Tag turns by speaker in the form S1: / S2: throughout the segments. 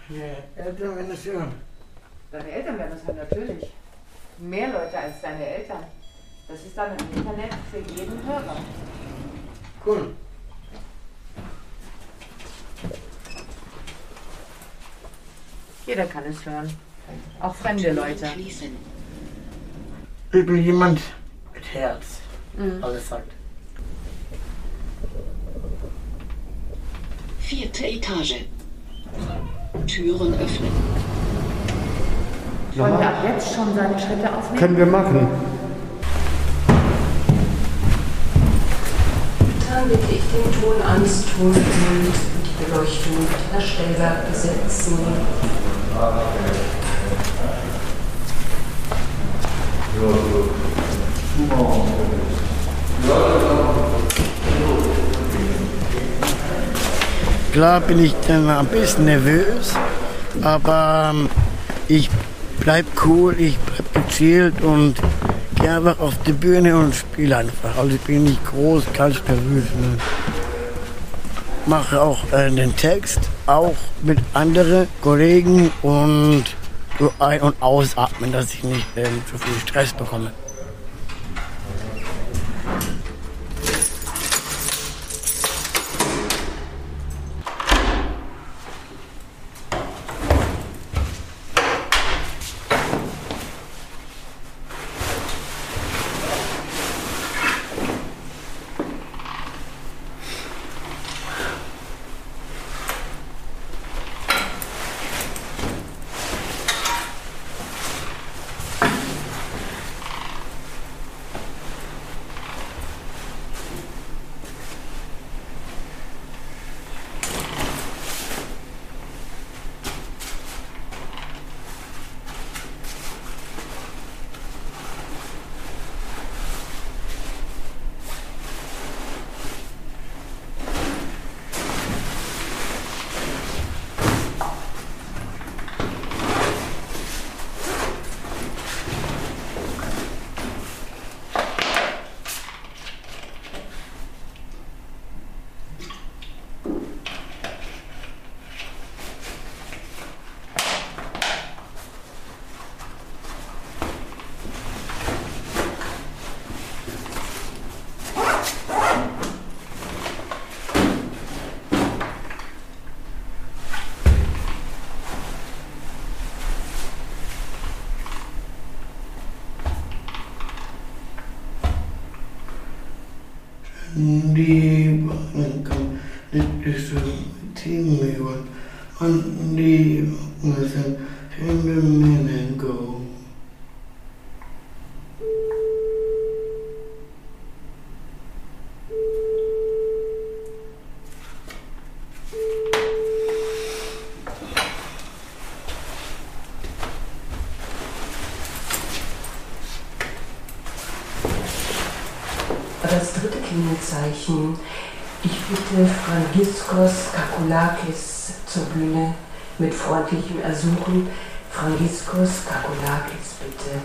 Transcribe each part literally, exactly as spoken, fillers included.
S1: Ja, Eltern werden das hören.
S2: Deine Eltern werden das hören, natürlich. Mehr Leute als deine Eltern. Das ist dann im Internet für jeden Hörer.
S1: Cool.
S2: Jeder kann es hören. Auch fremde Leute.
S1: Ich bin jemand mit Herz.
S2: Mhm.
S1: Alles sagt.
S3: Vierte Etage. Türen öffnen.
S2: Wollen wir ab jetzt schon seine Schritte aufnehmen?
S4: Können wir machen.
S3: Dann bitte ich den Ton ans Tonbild und die Beleuchtung mit das Stellwerk besetzen.
S1: Klar bin ich dann ein bisschen nervös, aber ähm, ich bleib cool, ich bleib gechillt und gehe einfach auf die Bühne und spiele einfach. Also ich bin nicht groß, ganz nervös. Ne? Mache auch äh, den Text, auch mit anderen Kollegen und so ein- und ausatmen, dass ich nicht äh, zu viel Stress bekomme. Die Bahnen kann nicht so Team über und die müssen Hände go.
S3: Das dritte Klingelzeichen. Ich bitte Frangiskos Kakoulakis zur Bühne mit freundlichem Ersuchen. Frangiskos Kakoulakis, bitte.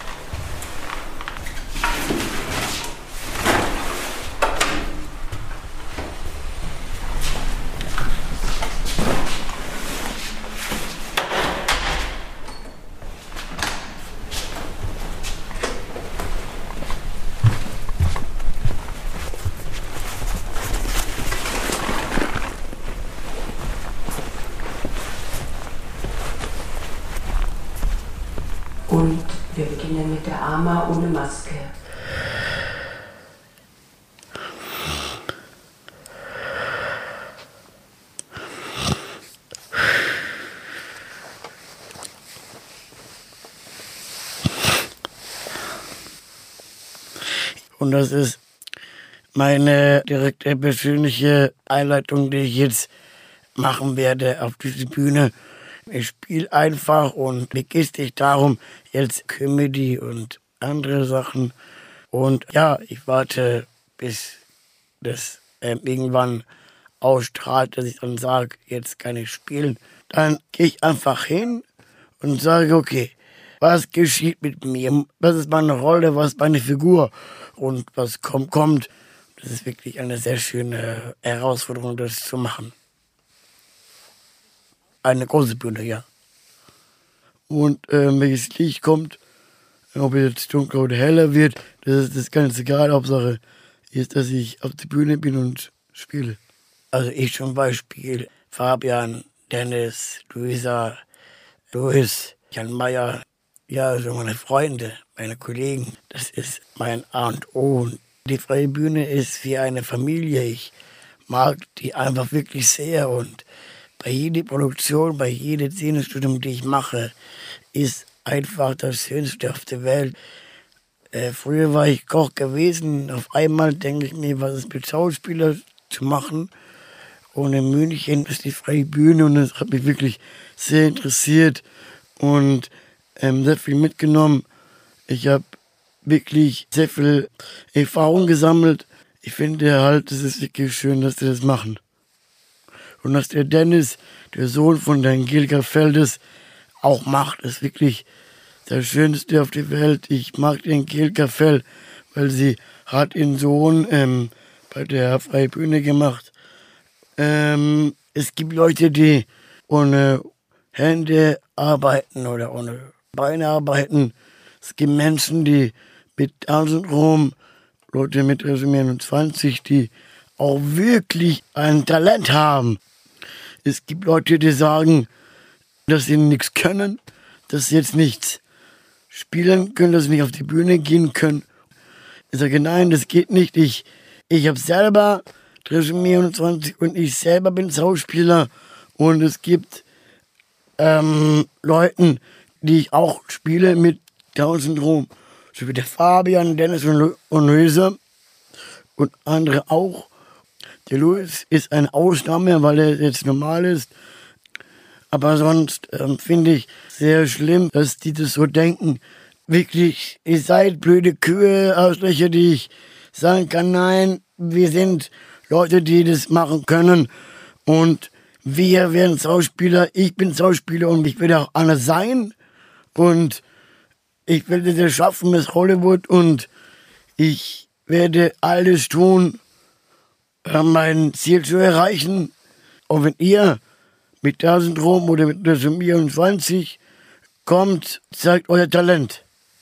S3: Und wir beginnen mit der Ama ohne Maske.
S1: Und das ist meine direkte persönliche Einleitung, die ich jetzt machen werde auf diese Bühne. Ich spiele einfach und mir geht es nicht darum, jetzt Comedy und andere Sachen. Und ja, ich warte, bis das ähm, irgendwann ausstrahlt, dass ich dann sage, jetzt kann ich spielen. Dann gehe ich einfach hin und sage, okay, was geschieht mit mir? Was ist meine Rolle? Was ist meine Figur? Und was kommt, kommt. Das ist wirklich eine sehr schöne Herausforderung, das zu machen. eine große Bühne, ja. Und ähm, welches Licht kommt, ob es jetzt dunkler oder heller wird, das ist das ganz egal. Hauptsache ist, dass ich auf der Bühne bin und spiele. Also ich zum Beispiel, Fabian, Dennis, Luisa, Louis, Jan Meyer, ja, also meine Freunde, meine Kollegen, das ist mein A und O. Und die Freie Bühne ist wie eine Familie. Ich mag die einfach wirklich sehr und bei jeder Produktion, bei jedem Szenestudium, die ich mache, ist einfach das Schönste auf der Welt. Äh, früher war ich Koch gewesen, auf einmal denke ich mir, was ist mit Schauspieler zu machen. Und in München ist die Freie Bühne und das hat mich wirklich sehr interessiert und ähm, sehr viel mitgenommen. Ich habe wirklich sehr viel Erfahrung gesammelt. Ich finde halt, es ist wirklich schön, dass die das machen. Und dass der Dennis, der Sohn von der Angelika Feldes, auch macht, ist wirklich das Schönste auf der Welt. Ich mag die Angelika Feld, weil sie hat ihren Sohn ähm, bei der Freien Bühne gemacht. Ähm, es gibt Leute, die ohne Hände arbeiten oder ohne Beine arbeiten. Es gibt Menschen, die mit Down-Syndrom, Leute mit Trisomie einundzwanzig, die auch wirklich ein Talent haben. Es gibt Leute, die sagen, dass sie nichts können, dass sie jetzt nichts spielen können, dass sie nicht auf die Bühne gehen können. Ich sage, nein, das geht nicht. Ich, ich habe selber Trisomie einundzwanzig und ich selber bin Schauspieler. Und es gibt ähm, Leute, die ich auch spiele mit Down-Syndrom. So wie der Fabian, Dennis und, Lu und Luisa und andere auch. Der Louis ist eine Ausnahme, weil er jetzt normal ist. Aber sonst ähm, finde ich sehr schlimm, dass die das so denken. Wirklich, ihr seid blöde Kühe, Arschlöcher, die ich sagen kann, nein, wir sind Leute, die das machen können. Und wir werden Schauspieler, ich bin Schauspieler und ich will auch einer sein. Und ich will das schaffen, das Hollywood. Und ich werde alles tun, um mein Ziel zu erreichen. Und wenn ihr mit Down-Syndrom oder mit Trisomie einundzwanzig kommt, zeigt euer Talent.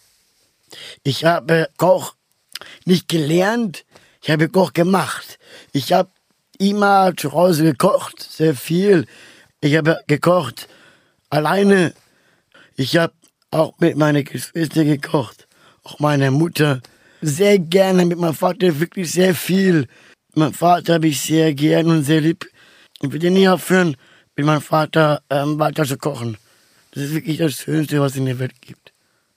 S1: Ich habe Koch nicht gelernt, ich habe Koch gemacht. Ich habe immer zu Hause gekocht, sehr viel. Ich habe gekocht alleine. Ich habe auch mit meinen Geschwistern gekocht, auch meine Mutter. Sehr gerne mit meinem Vater, wirklich sehr viel. Mein Vater habe ich sehr gern und sehr lieb. Ich will nie aufhören, mit meinem Vater ähm, weiter zu kochen. Das ist wirklich das Schönste, was es in der Welt gibt.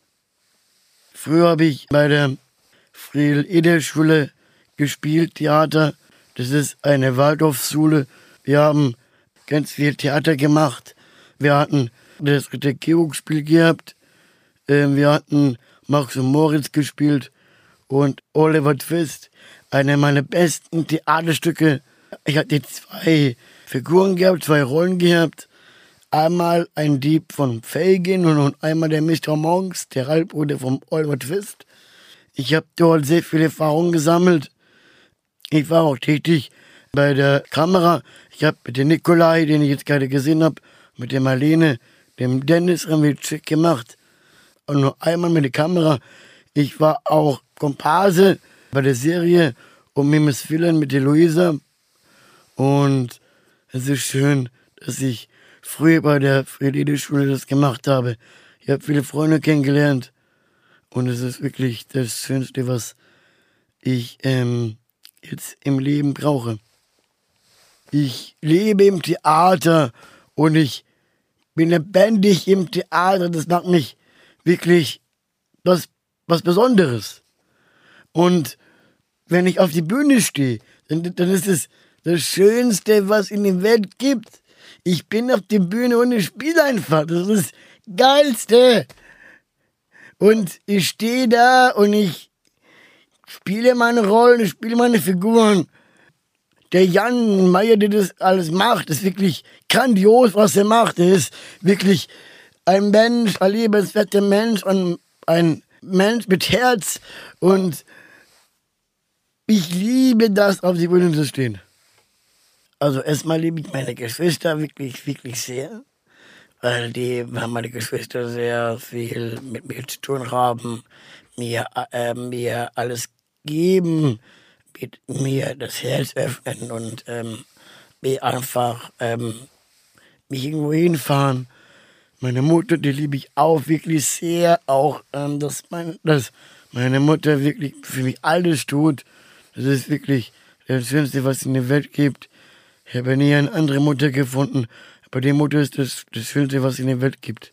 S1: Früher habe ich bei der Friedel-Eder-Schule gespielt, Theater. Das ist eine Waldorfschule. Wir haben ganz viel Theater gemacht. Wir hatten das Ritter-Georg-Spiel gehabt. Ähm, wir hatten Max und Moritz gespielt und Oliver Twist. Eine meiner besten Theaterstücke. Ich hatte zwei Figuren gehabt, zwei Rollen gehabt. Einmal ein Dieb von Fagin und einmal der Mister Monks, der Halbbruder vom Oliver Twist. Ich habe dort sehr viel Erfahrung gesammelt. Ich war auch tätig bei der Kamera. Ich habe mit dem Nikolai, den ich jetzt gerade gesehen habe, mit der Marlene, dem Dennis haben wir Trick gemacht. Und nur einmal mit der Kamera. Ich war auch Komparse bei der Serie um Mimes Willen mit der Luisa. Und es ist schön, dass ich früher bei der Friedel-Eder-Schule das gemacht habe. Ich habe viele Freunde kennengelernt. Und es ist wirklich das Schönste, was ich ähm, jetzt im Leben brauche. Ich lebe im Theater und ich bin lebendig im Theater. Das macht mich wirklich was, was Besonderes. Und wenn ich auf die Bühne stehe, dann, dann ist es das Schönste, was in der Welt gibt. Ich bin auf der Bühne und ich spiele einfach. Das ist das Geilste. Und ich stehe da und ich spiele meine Rollen, ich spiele meine Figuren. Der Jan Meyer, der das alles macht, ist wirklich grandios, was er macht. Er ist wirklich ein Mensch, ein liebenswerter Mensch und ein Mensch mit Herz. Und ich liebe das, auf die Bühne zu stehen. Also erstmal liebe ich meine Geschwister wirklich, wirklich sehr. weil die, weil meine Geschwister sehr viel mit mir zu tun haben, mir, äh, mir alles geben, mit mir das Herz öffnen und ähm, mir einfach ähm, mich irgendwo hinfahren. Meine Mutter, die liebe ich auch wirklich sehr, auch ähm, dass, mein, dass meine Mutter wirklich für mich alles tut. Das ist wirklich das Schönste, was es in der Welt gibt. Ich habe nie eine andere Mutter gefunden, aber die Mutter ist das, das Schönste, was es in der Welt gibt.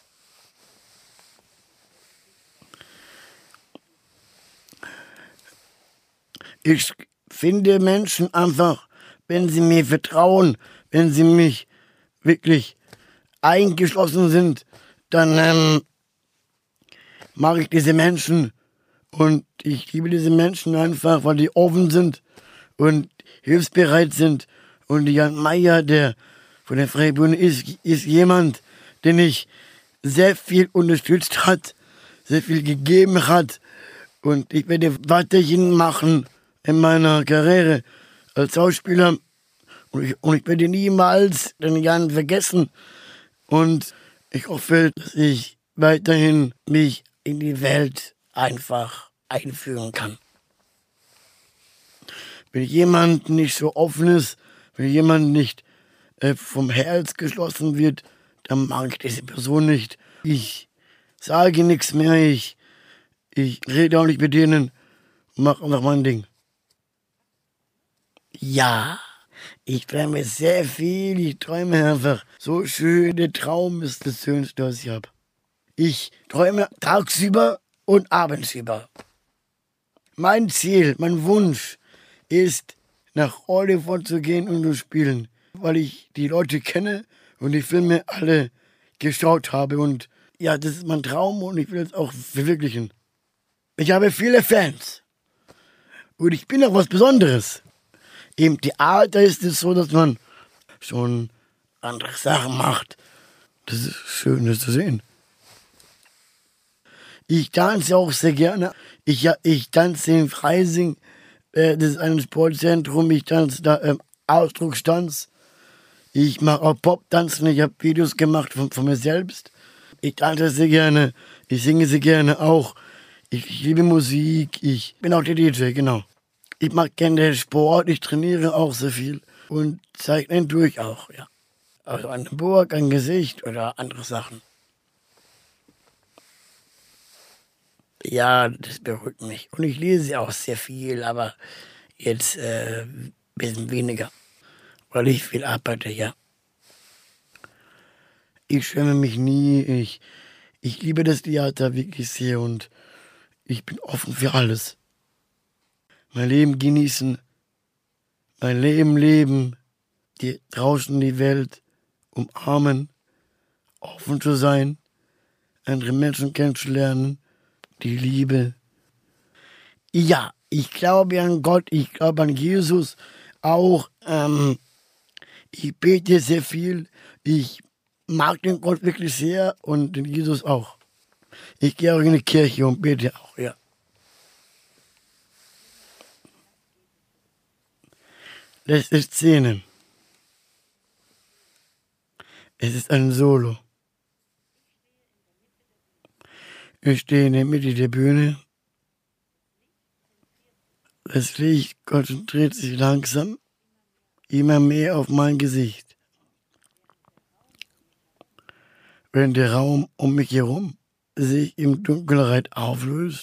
S1: Ich finde Menschen einfach, wenn sie mir vertrauen, wenn sie mich wirklich eingeschlossen sind, dann ähm, mag ich diese Menschen und ich liebe diese Menschen einfach, weil die offen sind und hilfsbereit sind. Und Jan Meyer, der von der Freibühne ist, ist jemand, den ich sehr viel unterstützt hat, sehr viel gegeben hat. Und ich werde weiterhin machen in meiner Karriere als Schauspieler. Und ich, und ich werde niemals den Jan vergessen. Und ich hoffe, dass ich weiterhin mich in die Welt einfach einführen kann. Wenn jemand nicht so offen ist, wenn jemand nicht äh, vom Herz geschlossen wird, dann mag ich diese Person nicht. Ich sage nichts mehr, ich, ich rede auch nicht mit denen und mache einfach mein Ding. Ja, ich träume sehr viel, ich träume einfach. So schön, der Traum ist das Schönste, was ich habe. Ich träume tagsüber und abends-über. Mein Ziel, mein Wunsch ist, nach Hollywood zu gehen und zu spielen, weil ich die Leute kenne und die Filme alle geschaut habe. Und ja, das ist mein Traum und ich will es auch verwirklichen. Ich habe viele Fans und ich bin auch was Besonderes. Im Theater ist es so, dass man schon andere Sachen macht. Das ist schön, das zu sehen. Ich tanze auch sehr gerne. Ich, ich tanze in Freising. Äh, das ist ein Sportzentrum. Ich tanze da ähm, Ausdruckstanz. Ich mache auch Pop-Tanzen. Ich habe Videos gemacht von, von mir selbst. Ich tanze sehr gerne. Ich singe sehr gerne auch. Ich, ich liebe Musik. Ich bin auch der D J, genau. Ich mag gerne Sport. Ich trainiere auch sehr viel. Und zeichnen tue ich auch, ja. Also eine Burg, ein Gesicht oder andere Sachen. Ja, das beruhigt mich. Und ich lese auch sehr viel, aber jetzt äh, ein bisschen weniger, weil ich viel arbeite, ja. Ich schäme mich nie. Ich, ich liebe das Theater wirklich sehr und ich bin offen für alles. Mein Leben genießen, mein Leben leben, die, draußen die Welt umarmen, offen zu sein, andere Menschen kennenzulernen. Die Liebe. Ja, ich glaube an Gott, ich glaube an Jesus. Auch, ähm, ich bete sehr viel. Ich mag den Gott wirklich sehr und den Jesus auch. Ich gehe auch in die Kirche und bete auch, ja. Letzte Szene. Es ist ein Solo. Ich stehe in der Mitte der Bühne. Das Licht konzentriert sich langsam immer mehr auf mein Gesicht. Wenn der Raum um mich herum sich in Dunkelheit auflöst,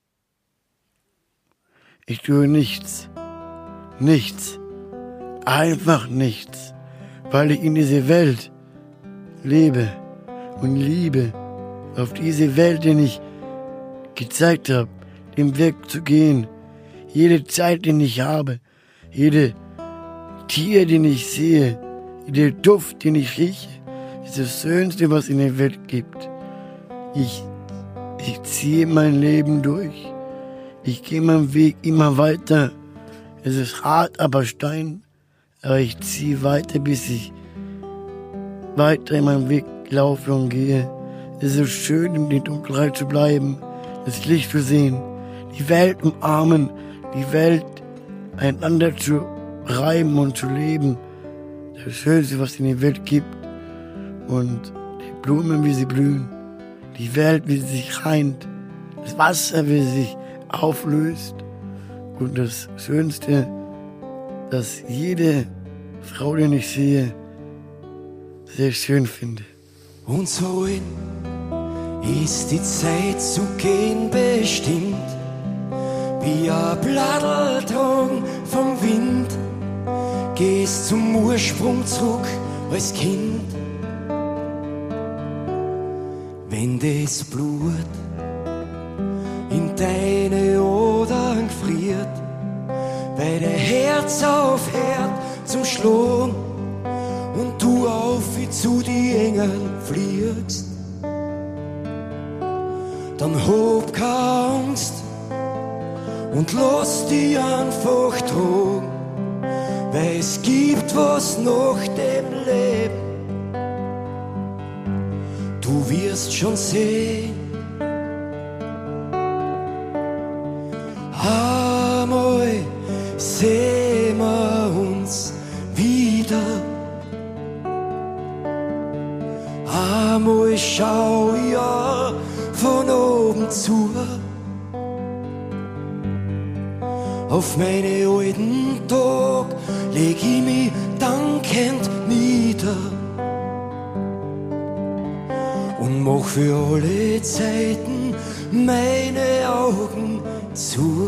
S1: ich tue nichts, nichts, einfach nichts, weil ich in dieser Welt lebe und liebe. Auf diese Welt, die ich gezeigt habe, den Weg zu gehen. Jede Zeit, die ich habe, jede Tier, den ich sehe, jeder Duft, den ich rieche, ist das Schönste, was es in der Welt gibt. Ich, ich ziehe mein Leben durch. Ich gehe meinen Weg immer weiter. Es ist hart, aber Stein. Aber ich ziehe weiter, bis ich weiter in meinen Weg laufe und gehe. Es ist so schön, in der Dunkelheit zu bleiben, das Licht zu sehen, die Welt umarmen, die Welt einander zu reiben und zu leben. Das Schönste, was es in der Welt gibt. Und Die Blumen, wie sie blühen, die Welt, wie sie sich reint, das Wasser, wie sie sich auflöst und das Schönste, dass jede Frau, die ich sehe, sehr schön finde.
S4: Und so ist die Zeit zu gehen bestimmt, wie ein Blattl tragen vom Wind, gehst zum Ursprung zurück als Kind. Wenn das Blut in deine Adern gefriert, weil dein Herz aufhört zum Schlagen und du auf wie zu die Engeln fliegst, dann hab keine Angst und lass dich einfach tragen, weil es gibt was nach dem Leben. Du wirst schon sehen, einmal sehen wir uns wieder. Einmal schau ich ja von oben zu auf meine alten Tag, leg ich mich dankend nieder und mach für alle Zeiten meine Augen zu.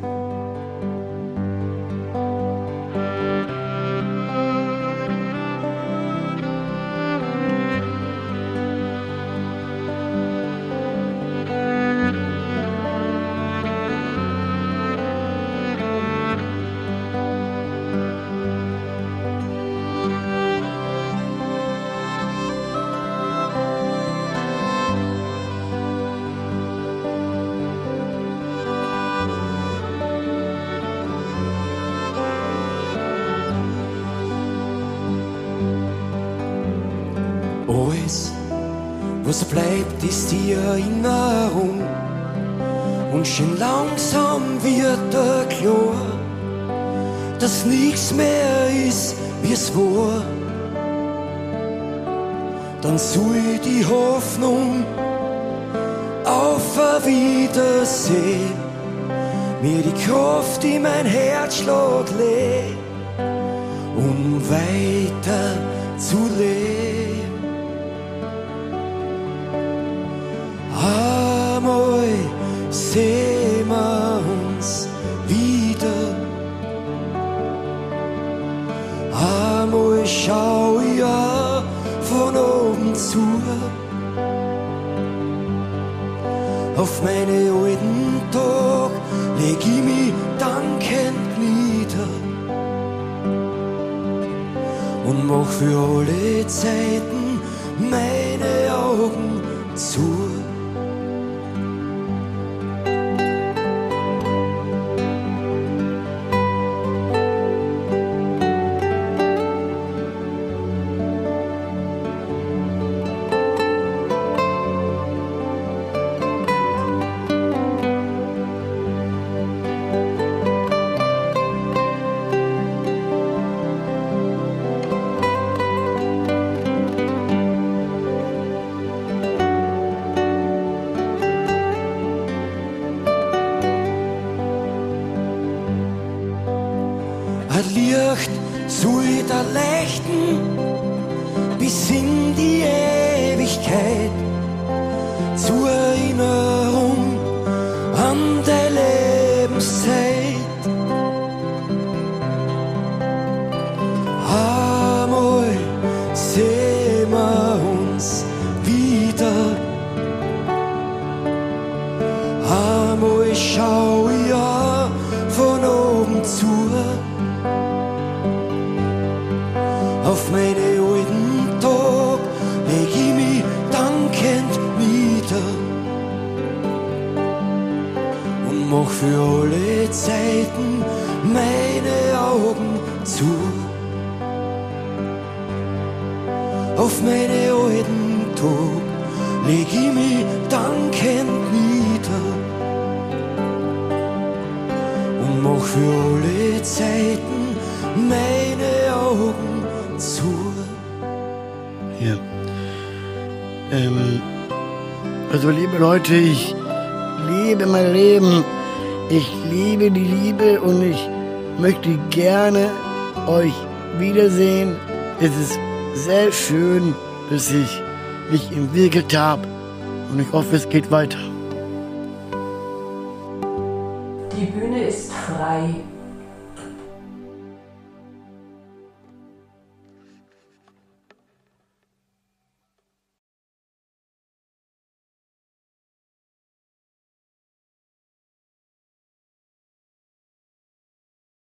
S4: Alles, was bleibt, ist die Erinnerung und schon langsam wird er klar, dass nichts mehr ist, wie es war. Dann soll die Hoffnung auf ein Wiedersehen mir die Kraft in mein Herzschlag legt, um weiter zu leben. Einmal sehen wir uns wieder. Einmal schau ich ja von oben zu auf meine alten Tag, leg ich mich dankend nieder und mach für alle Zeiten meine Augen zu. Ein Licht soll da leuchten bis in die Ewigkeit, zur Erinnerung an deine Lebenszeit. Einmal sehen wir uns wieder. Einmal schau ich ja von oben zu auf meine alten Tag, leg ich mich dankend nieder und mach für alle Zeiten meine Augen zu. Auf meine alten Tag leg ich mich dankend nieder und mach für alle Zeiten meine Augen zu.
S1: Ja. Ähm, also liebe Leute, ich liebe mein Leben. Ich liebe die Liebe und ich möchte gerne euch wiedersehen. Es ist sehr schön, dass ich mich entwickelt habe und ich hoffe, es geht weiter.
S3: Die Bühne ist frei.